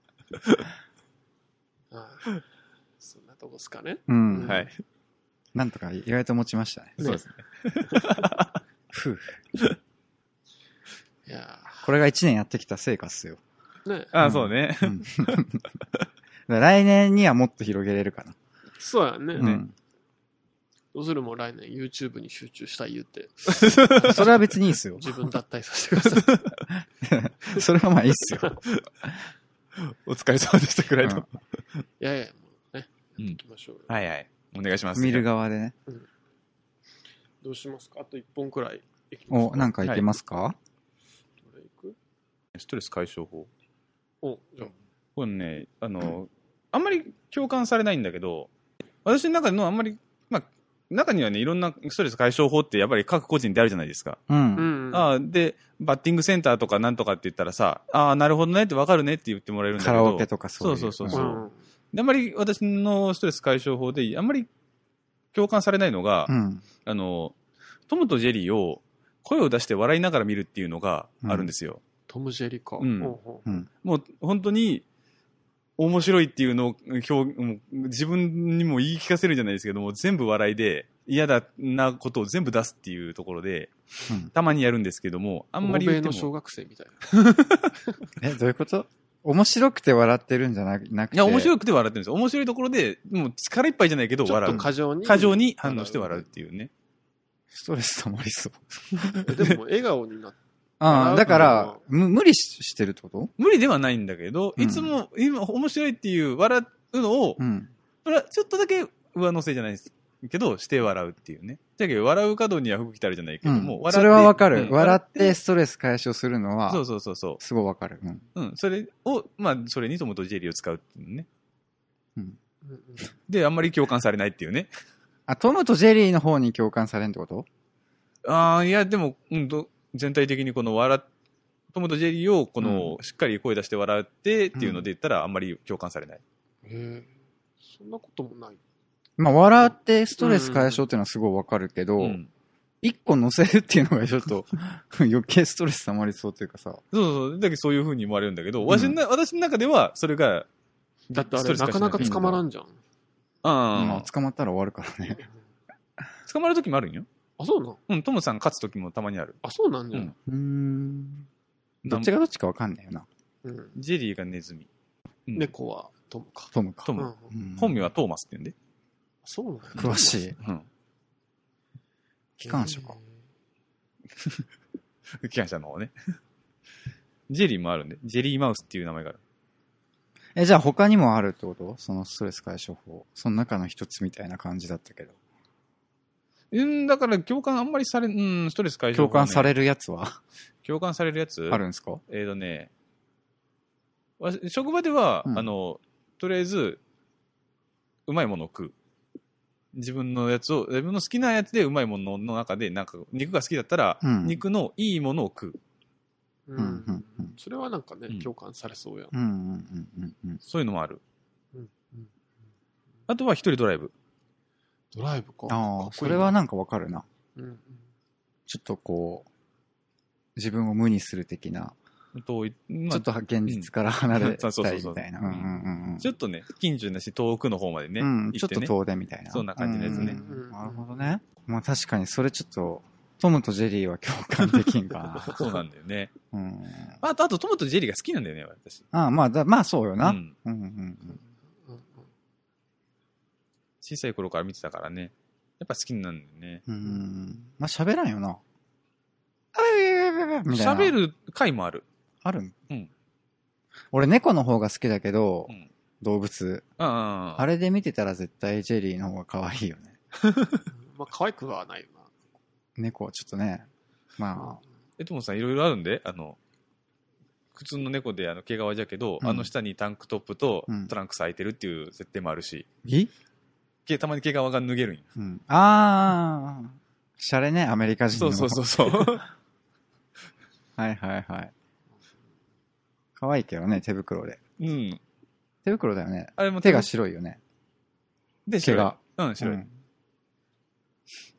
あそんなとこっすかね。 う。 うんんはい。 なんとか意外と持ちましたね。 そうですね。 ふう。 いやこれが一年やってきた成果っすよ。 ーね。 あ、そうね。 うん。だから来年にはもっと広げれるかな。 そうやね。 うん。 どうするも来年 YouTube に集中したい言って、 それは別にいいっすよ。 自分脱退させてください。 それはまあいいっすよ。 お疲れ様でしたくらいの。 いやいや、もうね、 うん行きましょうよ。 はいはい。お願いします。 見る側でね。 どうしますか？あといっぽんくらい行きますお、なんかいけますか？ どれ行く？ ストレス解消法。 お、じゃあ、 これね、あの、あんまり共感されないんだけど、私の中のあんまり、まあ、中にはね、いろんなストレス解消法ってやっぱり各個人であるじゃないですか。 う。 うんん。 ああ、で、バッティングセンターとかなんとかって言ったらさ、ああ、なるほどねってわかるねって言ってもらえるんだけど。 カラオケとかそういう。 そうそうそうう。 そうんであんまり私のストレス解消法で、あんまり共感されないのが、 うん。 あの、トムとジェリーを声を出して笑いながら見るっていうのがあるんですよ。 トム・ジェリか。 うんほうほううん。 もう本当に面白いっていうのを表もう自分にも言い聞かせるんじゃないですけども、全部笑いで嫌だなことを全部出すっていうところで、 うんたまにやるんですけども、あんまり欧言っても。 米の小学生みたいな。 え、どういうこと？面白くて笑ってるんじゃななくて。 いや、面い。 白くて笑ってるんですよ。面白いところで、もう力いっぱいじゃないけどちょっ笑う。 と過剰に。 過剰に反応して笑うっていうね。 ストレス溜まりそう。 えでも、笑顔になって。 ああ、 笑うだから、む無理ししてるってこと？ 無理ではないんだけど、 うんいつも、今面白いっていう笑うのを、 うん。 それはちょっとだけ上乗せじゃないですけど、して笑うっていうね。だけど、笑う角には服着たるじゃないけども、 うん、 笑ってそれはわかる、 うん笑ってストレス解消するのは、 そうそうそうそすごいわかる。うん。 う。うん。それを、まあ、それにトムとジェリーを使うっていうね。 うん。 うんうんで、あんまり共感されないっていうね。 あ、トムとジェリーの方に共感されんってこと？ ああ、いや、でも、うんと、全体的にこの笑っ、トムとジェリーをこの、 うしっかり声出して笑ってっていうので言ったら、あんまり共感されない。 へえ、そんなこともない。 まあ、笑ってストレス解消っていうのはすごいわかるけど、 うん。 一個乗せるっていうのがちょっと余計ストレス溜まりそうというかさ。 そうそう。だけどそういう風に思われるんだけど、 ん私のな私の中では、それが、 だってあれ、 ストレス解消なかなか捕まらんじゃん。 あまあ、捕まったら終わるからね。 捕まる時もあるんよ。 あ、そうなんうん、トムさん勝つ時もたまにある。 あ、そうなんじゃん。 うーん。どっちがどっちかわかんないよな。 うん。 ジェリーがネズミ。うん猫はトムか。 トムか。 トム。 うん。 うん本名はトーマスって言うんで。 そうなんや詳しい。 うん。 機関車か。 機関車の方ね。ジェリーもあるんで。ジェリーマウスっていう名前がある。 え、じゃあ他にもあるってこと？そのストレス解消法。その中の一つみたいな感じだったけど。 うん、だから共感あんまりされ、うん、ストレス解消、 共感されるやつは共感されるやつあるんですか？ えーとね、わ職場では、 うんあの、とりあえず、うまいものを食う。自分のやつを、自分の好きなやつでうまいものの中で、なんか、肉が好きだったら、 うん肉のいいものを食う。 ううんうんうんそれはなんかねうん、 共感されそうやん。 うんうんうんうんうん。 そういうのもある。 うんうんあとは一人ドライブ。 ドライブか。かああ、 っこいいそれはなんかわかるな。 うんうんちょっとこう、自分を無にする的な、 遠い、まあちょっと現実から離れうんそうそうたそうそういみたいな。うんうんうんうん。 ちょっとね、近所だし、遠くの方までね、 うん、 行ってね。 ちょっと遠出みたいな。 そんな感じのやつねうんうんうんなるほどね。まあ確かにそれちょっと、トムとジェリーは共感できんかな。 そうなんだよね。 うん。 あと、あとトムとジェリーが好きなんだよね、私。 ああ、まあだ、まあそうよな。 ううんんうんうんうん小さい頃から見てたからね。やっぱ好きなんだよね。 うん。うん。まあ喋らんよな。あれみたいな。 喋る回もある。 あるんうん。 俺猫の方が好きだけど、 うん。 動物。 ああ。 あれで見てたら絶対ジェリーの方が可愛いよね。 まあ、可愛くはないよ猫はちょっとね。 な。 まえ、ともさんいろいろあるんで、あの、普通の猫であの毛皮じゃけど、 うんあの下にタンクトップとうんトランクス履いてるっていう設定もあるし、 あ。え毛たまに毛皮が脱げるんよ。 うん。あー。シャレね、アメリカ人の。 そうそうそうそう。 はいはいはい。可愛いけどね、手袋で。 うん。 手袋だよね。 あれも手が白いよね。 で、 毛が。 うん、白い。 うん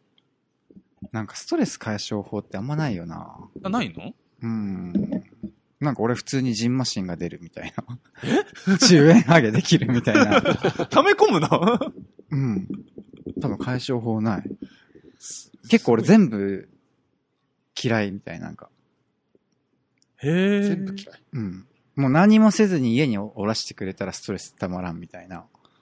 なんかストレス解消法ってあんまないよな。 あ、ないのうん。 なんか俺普通にジンマシンが出るみたいな。中円ハゲできるみたいな。 溜め込むのうん。多分解消法ない。結構俺全部嫌いみたいな、なんか。 へえ。 全部嫌い。 うん。もう何もせずに家におらしてくれたらストレスたまらんみたいな。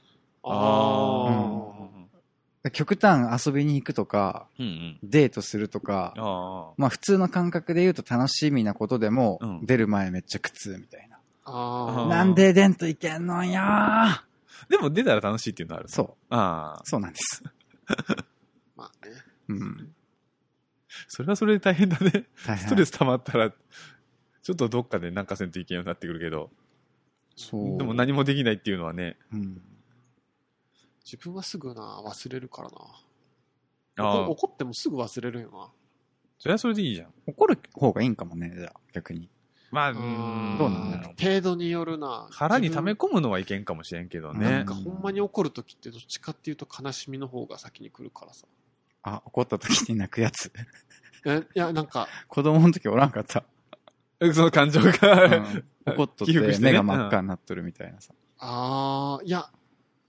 ああ。 極端遊びに行くとか、 うんうん。 デートするとか、 ああ。 まあ普通の感覚で言うと楽しみなことでも、 うん出る前めっちゃ苦痛みたいな。 ああ。 なんで出んといけんのんやー。 でも出たら楽しいっていうのある。 そう。 ああ。 そうなんです。 まあね。 うん。 それはそれで大変だね。 大変。 ストレス溜まったら、ちょっとどっかでなんかせんといけんようになってくるけど、 そう。 でも何もできないっていうのはね。 うん。 自分はすぐな、忘れるからな。 ああ。 怒怒ってもすぐ忘れるよな。 それはそれでいいじゃん。 怒る方がいいんかもね、じゃあ、逆に。 まあ、ううーんどうなんだろう程度によるな。 腹に溜め自込むのはいけんかもしれんけど分なねんか。ほんまに怒るときってどっちかっていうと悲しみの方が先に来るからさ。 あ、怒った時に泣くやつ。 え、いや、なんか、 子供の時おらんかった。 その感情が、 うん怒っとっ起伏してねて目が真っ赤になっとるみたいなさ。 ああ、いや、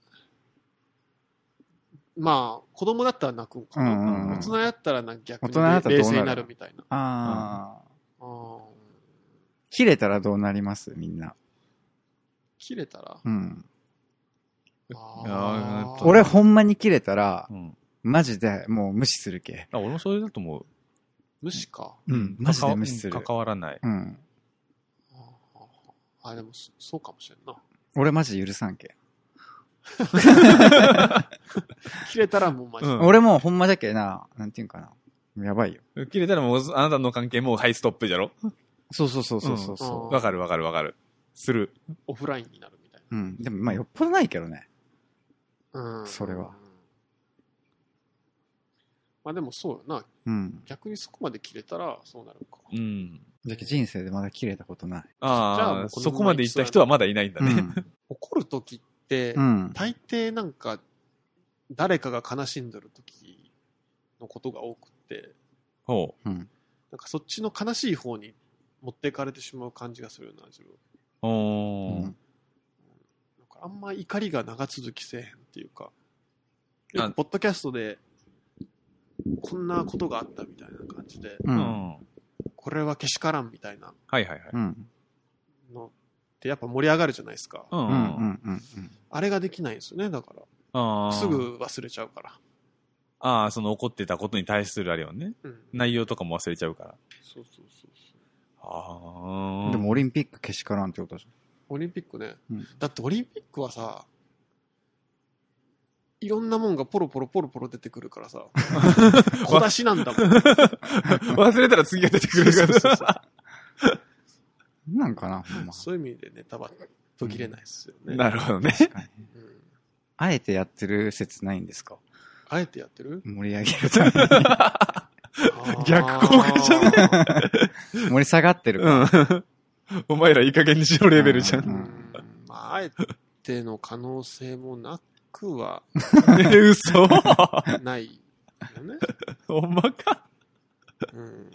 まあ、子供だったら泣くんかな。 うんうんうん大人やったらな逆に大人だったらどうなる冷静になるみたいな。 ああ、 あー切れたらどうなりますみんな。 切れたら、 うん。 あー俺ほんまに切れたらう、ん。 マジでもう無視するけ。 あ、俺もそれだと思う。 無視か。 うん。マジで無視する関。関わらない。 うん。 あーあ、でもそそうかもしれんな。 俺マジ許さんけ。 切れたらもうマジで。 うん俺もうほんまだけな、なんていうんかな。やばいよ。 切れたらもう、あなたの関係もう、はい、ストップじゃろ。 そうそうそうそうそうそうんわかるわかるわかる。する。 オフラインになるみたいうん。でもまあよっぽどないけどね。 な。うん。 それは。 まあでもそうよな。 うん。 逆にそこまで切れたらそうなるか。 うん。 だけど人生でまだ切れたことない。 じゃあああ、 もうこのままそこまで行った人はまだいないんだね。 怒るときって、 うん。 大抵なんか、誰かが悲しんでるときのことが多くって、 ほう。 うん。 なんかそっちの悲しい方に持っていかれてしまう感じがするよな、自分。 おー。 うんなんかあんま怒りが長続きせえへんっていうか、 あよくポッドキャストで、こんなことがあったみたいな感じで、 う。 うんん。 これはけしからんみたいなはいはいはい。 うん。 のってやっぱ盛り上がるじゃないですか。 ううん。うん。うん。うん。 あれができないんですよね、だから。 あーすぐ忘れちゃうから。 ああ、その怒ってたことに対するあれをね。 うん。 内容とかも忘れちゃうから。 そうそうそうそう。 ああ。 でもオリンピックけしからんってことじオリンピックね、 うんだってオリンピックはさ、いろんなもんがポロポロポロポロ出てくるからさ、小出しなんだもん。 忘れたら次が出てくるから。 ゃん。なんかな、ほんま。 そういう意味でネタは途切れないですよね。 なるほどね。 確かに。 うんあえてやってる説ないんですか？ あえてやってる盛り上げるため逆効果じゃねに。盛り下がってるから。 うん。お前らいい加減にしろレベルじゃ。 うんん。まあ、あえての可能性もなくはえ、嘘ないよね。 ほんまか。 うん。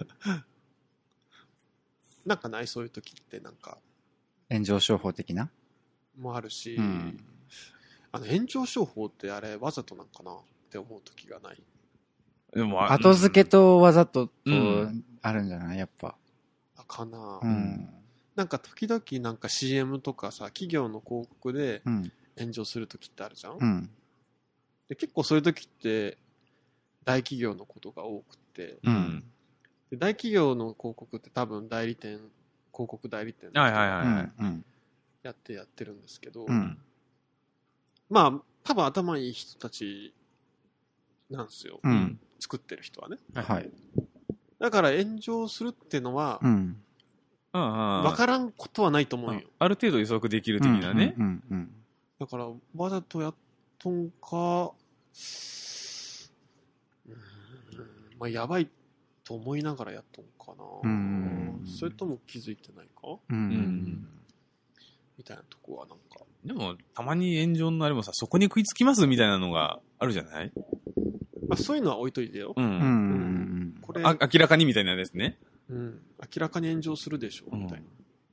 なんかないそういう時ってなんか、 炎上商法的な？ もあるし、 うんあの炎上商法ってあれわざとなんかなって思う時がない。 でも、あ後付けとわざととうんあるんじゃないやっぱ。 あかな、 うん。 なんか時々なんか シーエム とかさ、企業の広告でうん。 炎上する時ってあるじゃん、 うん。 で結構そういう時って大企業のことが多くて、 うん。 で大企業の広告って多分代理店、広告代理店の人はいはいはいうん。うん。 やってやってるんですけど、 うん。 まあ多分頭いい人たちなんですよ、 うん。 作ってる人はね。 はい。 だから炎上するっていうのはうん。 うんうん。 分からんことはないと思うよ。 ある程度予測できる的なね。 うん。うん。 だからわざとやっとんか、うん、まあやばいと思いながらやっとんかな。 うんそれとも気づいてないかうん。ううんん。 みたいなとこはなんか。 でも、たまに炎上のあれもさ、そこに食いつきますみたいなのがあるじゃない？ まあそういうのは置いといてよ。 う。 うん。うんん。 これ、 あ、明らかにみたいなですね。 うん、明らかに炎上するでしょ、みたいな。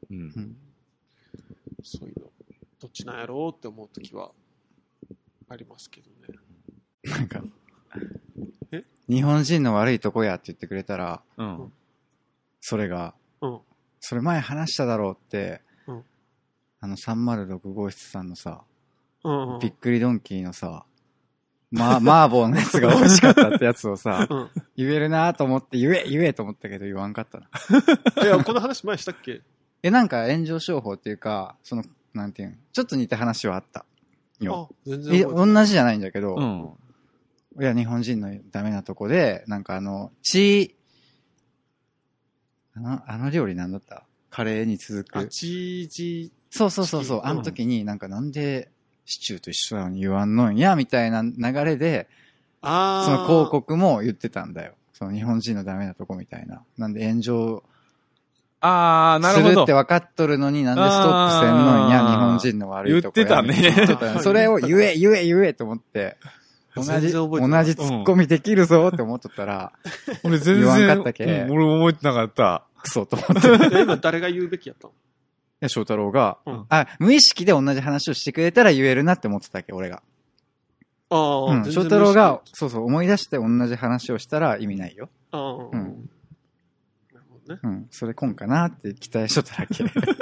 うん。 うん、 そういうの、どっちなんやろうって思うときはありますけどね。 なんか、 え日本人の悪いとこやって言ってくれたら、 うん。 それが、 うん。 それ前話しただろうって、 うん、 あのさんまるろく号室さんのさ、 うんうん、 びっくりドンキーのさ、ま、麻婆のやつが美味しかったってやつをさ、うん、言えるなと思って言え、言えと思ったけど言わんかったな。 いや、この話前したっけ？ え、なんか炎上商法っていうか、その、なんていうの、ちょっと似た話はあったよ。 あ、全然。 え、同じじゃないんだけど、 うん、 いや、日本人のダメなとこで、なんかあの、チー、あの、あの料理なんだった？カレーに続く。 あ、チージ。 そうそうそうそう、あの時になんかなんでシチューと一緒なのに言わんのんや、みたいな流れで、 あその広告も言ってたんだよ。その日本人のダメなとこみたいな。なんで炎上あー、なるほど。 するって分かっとるのになんでストップせんのんや、日本人の悪いとこや。 言ってたね。 言ってたね。それを言え、言え、言えと思って、同じ、同じツッコミできるぞって思っとったら、 うん、俺全然言わんかったけ、 うん、俺も覚えてなかった。 クソと思って。 今誰が言うべきやったの？いや、翔太郎が、 うん、 あ、無意識で同じ話をしてくれたら言えるなって思ってたっけ、俺が。 ああ、 うん。翔太郎が、そうそう、思い出して同じ話をしたら意味ないよ。 ああ、 うん。 なるほどね。 うん。それ今かなって期待しとっただけ。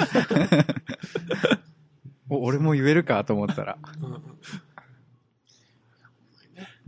お、俺も言えるかと思ったら。うん。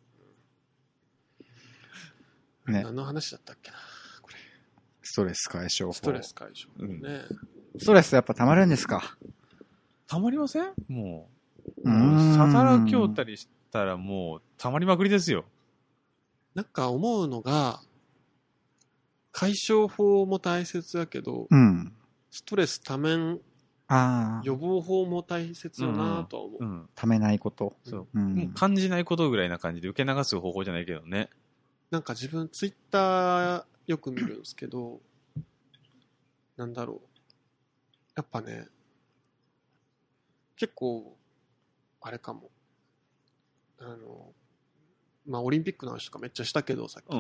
ね。 何の話だったっけな、これ。 ストレス解消法。 ストレス解消法ね、 うん。ストレスやっぱ溜まるんですか？ 溜まりません？もう。もう、働きょうたりしたらもう、溜まりまくりですよ。 なんか思うのが、解消法も大切だけど、 うん、 ストレスためん、 あ予防法も大切よなとは思う。 うんうん、 ためないこと。 そう、うん。もう感じないことぐらいな感じで受け流す方法じゃないけどね。 なんか自分ツイッターよく見るんですけど、なんだろう。やっぱね、結構、あれかも。あの、まあ、オリンピックの話とかめっちゃしたけど、さっき。うん、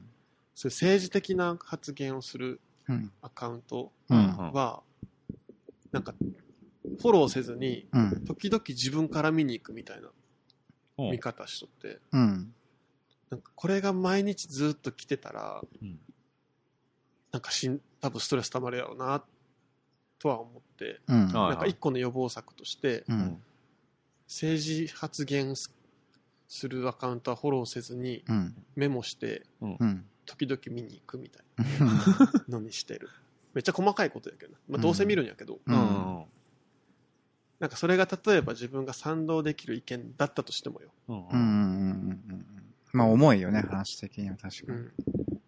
そういう政治的な発言をするアカウントは、うん、なんか、フォローせずに、うん、時々自分から見に行くみたいな見方しとって、 うん、 なんかこれが毎日ずっと来てたら、うん、なんかしん多分ストレス溜まるやろうなとは思って、うん、なんか一個の予防策として、うん、政治発言するアカウントはフォローせずにメモして、うん、時々見に行くみたいなのにしてる。めっちゃ細かいことやけど、まあ、どうせ見るんやけど、うんうん、なんかそれが例えば自分が賛同できる意見だったとしてもよ。うんうんうんうん、 まあ重いよね、話的には確かに。うん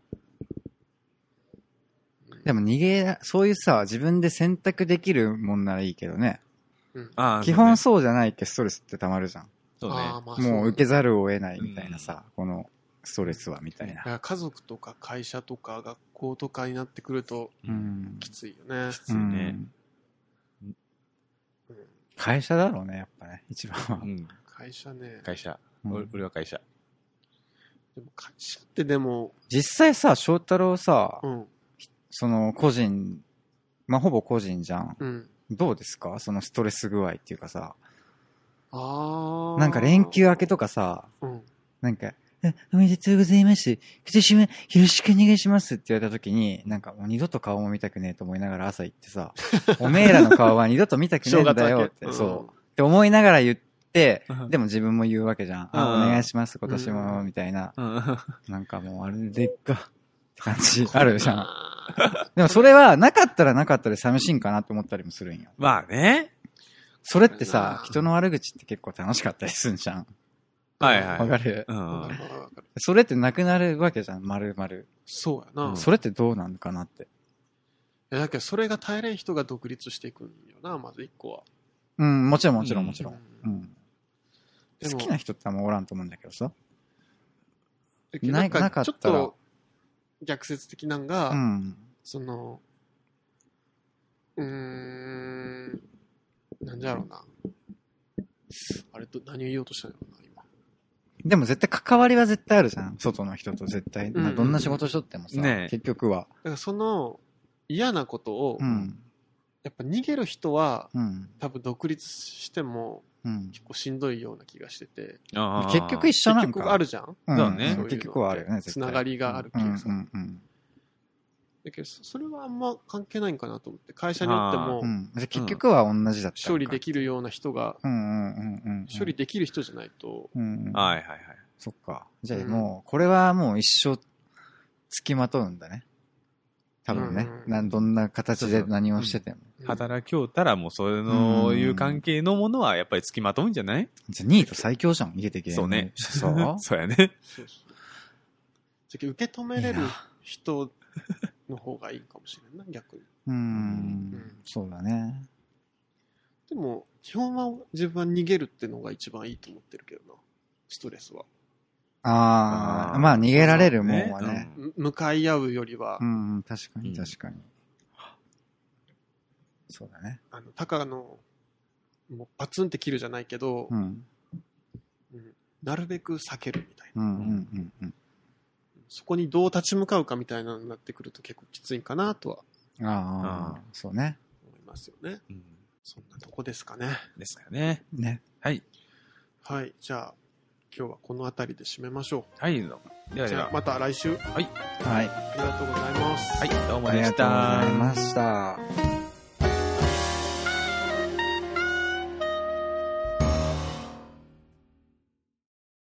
でも逃げ、そういうさ、自分で選択できるもんならいいけどね。うん、あ基本そうじゃないけストレスってたまるじゃん。 そうね。 まあ、もう受けざるを得ないみたいなさ、うん、このストレスはみたいな。 家族とか会社とか学校とかになってくると、うん、きついよね。 きついね、 うんうん。会社だろうね、やっぱね、一番は。うん、 会社ね。 会社。うん、俺は会社。 でも会社ってでも。 実際さ、翔太郎さ、 うんその個人、まあ、ほぼ個人じゃん。 うん、 どうですかそのストレス具合っていうかさ。 あなんか連休明けとかさ、 うん、 なんか、おめでとうございます。今年もよろしくお願いしますって言われた時に、なんかもう二度と顔も見たくねえと思いながら朝行ってさ、おめえらの顔は二度と見たくねえんだよって、うん、そう。って思いながら言って、でも自分も言うわけじゃん。うん、あ、お願いします、今年も、みたいな。うん、なんかもうあれでっかって感じあるじゃん。でもそれはなかったらなかったで寂しいんかなって思ったりもするんよ。 まあね。 それってさ、人の悪口って結構楽しかったりするんじゃん。 はいはい。 わかる、 うん、 それってなくなるわけじゃん、丸々。 そうやな。 それってどうなんかなって。 いやだけどそれが耐えれん人が独立していくんよな、まず一個は。 うん、もちろんもちろんもちろん。うんうん、好きな人ってあんまおらんと思うんだけどさ。 なかなかちょっと逆説的なんが、うん、その、うーん、なんじゃろうな。あれと何を言おうとしたのかな、今。 でも絶対関わりは絶対あるじゃん。外の人と絶対。うんうん、どんな仕事しとってもさ、ね、結局は。 だからその、 嫌なことを、 うん。 やっぱ逃げる人はうん。 多分独立してもうん。 結構しんどいような気がしてて、 あー結局一緒な結んか。 局あるじゃん、 うんそうだねそういうの結局はあるよね、絶対つながりがある気うんがさ、 うんうん。 だけどそれはあんま関係ないんかなと思って、会社によってもうん。じゃあ結局は同じだったのか。 処理できるような人が、 うんうんうんうん。 処理できる人じゃないと、 うんうん。 はいはいはい。 そっか。じゃあうんもう、これはもう一生付きまとうんだね。多分ね。 うんなんどんな形で何をしてても。 うん働きょうたらもうそういう関係のものはやっぱり付きまとうんじゃない？ じゃあニート最強じゃん、家的に。 そうね。 そうそうやね。 そうそうじゃあ受け止めれる人の方がいいかもしれんない、逆に。 うーうんん。そうだね。 でも、基本は自分は逃げるっていうのが一番いいと思ってるけどな、ストレスは。 ああ、 あーまあ逃げられるもんはそうねね。 む向かい合うよりは、 うん、うん、確かにうん確かに。そうだね。 あの、タカの、もうバツンって切るじゃないけど、 うん。 うんなるべく避けるみたいな。 うん、うん、うん、うん。 そこにどう立ち向かうかみたいなのになってくると結構きついんかなとはああ、そうね。 思いますよね。 うんそんなとこですかね。 ですからね。 ね。 はい。 はい。じゃあ、今日はこの辺りで締めましょはい。ではう。 では、 じゃあ、また来週。 はい。 はい。 ありがとうございます。 はい。どうもでしありがとうございた。 ました。